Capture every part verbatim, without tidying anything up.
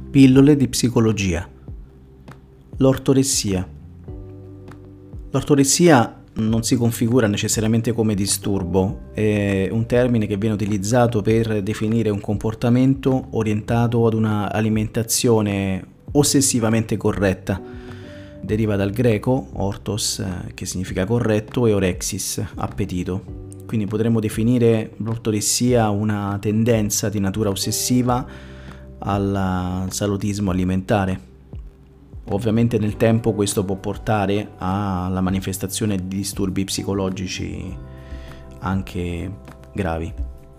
Pillole di psicologia. L'ortoressia. L'ortoressia non si configura necessariamente come disturbo, è un termine che viene utilizzato per definire un comportamento orientato ad una alimentazione ossessivamente corretta. Deriva dal greco orthos, che significa corretto, e orexis, appetito. Quindi potremmo definire l'ortoressia una tendenza di natura ossessiva al salutismo alimentare. Ovviamente nel tempo questo può portare alla manifestazione di disturbi psicologici anche gravi.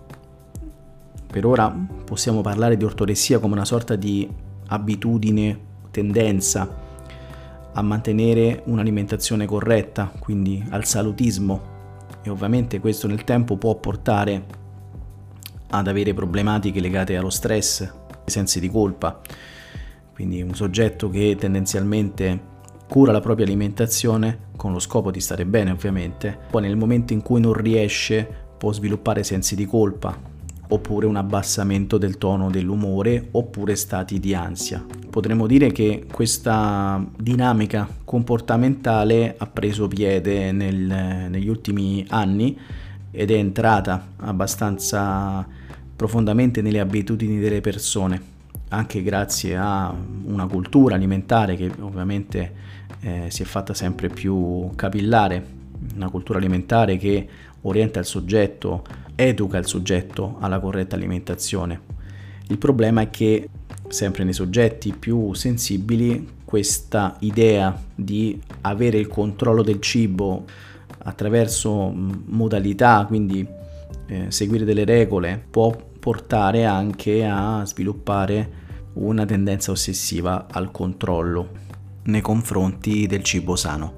Per ora possiamo parlare di ortoressia come una sorta di abitudine, tendenza a mantenere un'alimentazione corretta, quindi al salutismo, e ovviamente questo nel tempo può portare ad avere problematiche legate allo stress, sensi di colpa. Quindi un soggetto che tendenzialmente cura la propria alimentazione con lo scopo di stare bene, ovviamente, poi nel momento in cui non riesce può sviluppare sensi di colpa, oppure un abbassamento del tono dell'umore, oppure stati di ansia. Potremmo dire che questa dinamica comportamentale ha preso piede nel, negli ultimi anni ed è entrata abbastanza profondamente nelle abitudini delle persone, anche grazie a una cultura alimentare che ovviamente eh, si è fatta sempre più capillare, una cultura alimentare che orienta il soggetto, educa il soggetto alla corretta alimentazione. Il problema è che sempre nei soggetti più sensibili questa idea di avere il controllo del cibo attraverso modalità, quindi eh, seguire delle regole, può portare anche a sviluppare una tendenza ossessiva al controllo nei confronti del cibo sano.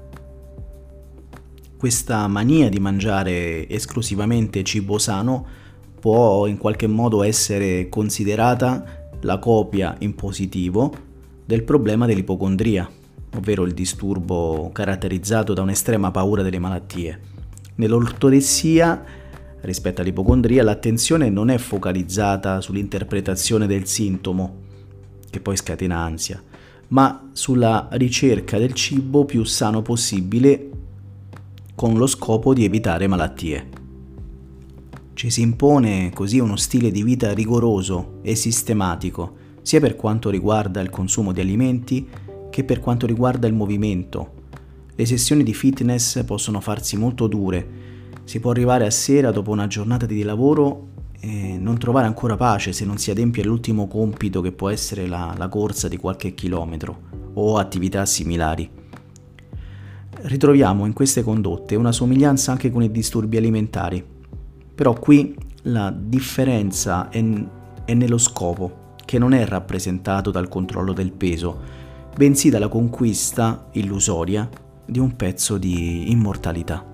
Questa mania di mangiare esclusivamente cibo sano può in qualche modo essere considerata la copia in positivo del problema dell'ipocondria, ovvero il disturbo caratterizzato da un'estrema paura delle malattie. Nell'ortoressia, rispetto all'ipocondria, l'attenzione non è focalizzata sull'interpretazione del sintomo, che poi scatena ansia, ma sulla ricerca del cibo più sano possibile con lo scopo di evitare malattie. Ci si impone così uno stile di vita rigoroso e sistematico, sia per quanto riguarda il consumo di alimenti che per quanto riguarda il movimento. Le sessioni di fitness possono farsi molto dure. Si può arrivare a sera dopo una giornata di lavoro e non trovare ancora pace se non si adempie all'ultimo compito, che può essere la, la corsa di qualche chilometro o attività similari. Ritroviamo in queste condotte una somiglianza anche con i disturbi alimentari, però qui la differenza è, è nello scopo, che non è rappresentato dal controllo del peso, bensì dalla conquista illusoria di un pezzo di immortalità.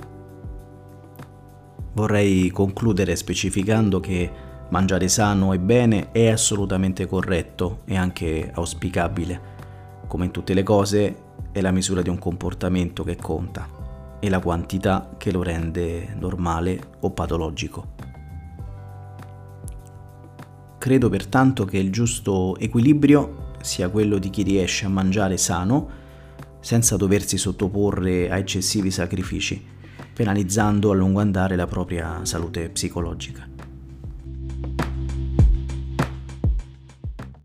Vorrei concludere specificando che mangiare sano e bene è assolutamente corretto e anche auspicabile. Come in tutte le cose, è la misura di un comportamento che conta e la quantità che lo rende normale o patologico. Credo pertanto che il giusto equilibrio sia quello di chi riesce a mangiare sano senza doversi sottoporre a eccessivi sacrifici, penalizzando a lungo andare la propria salute psicologica.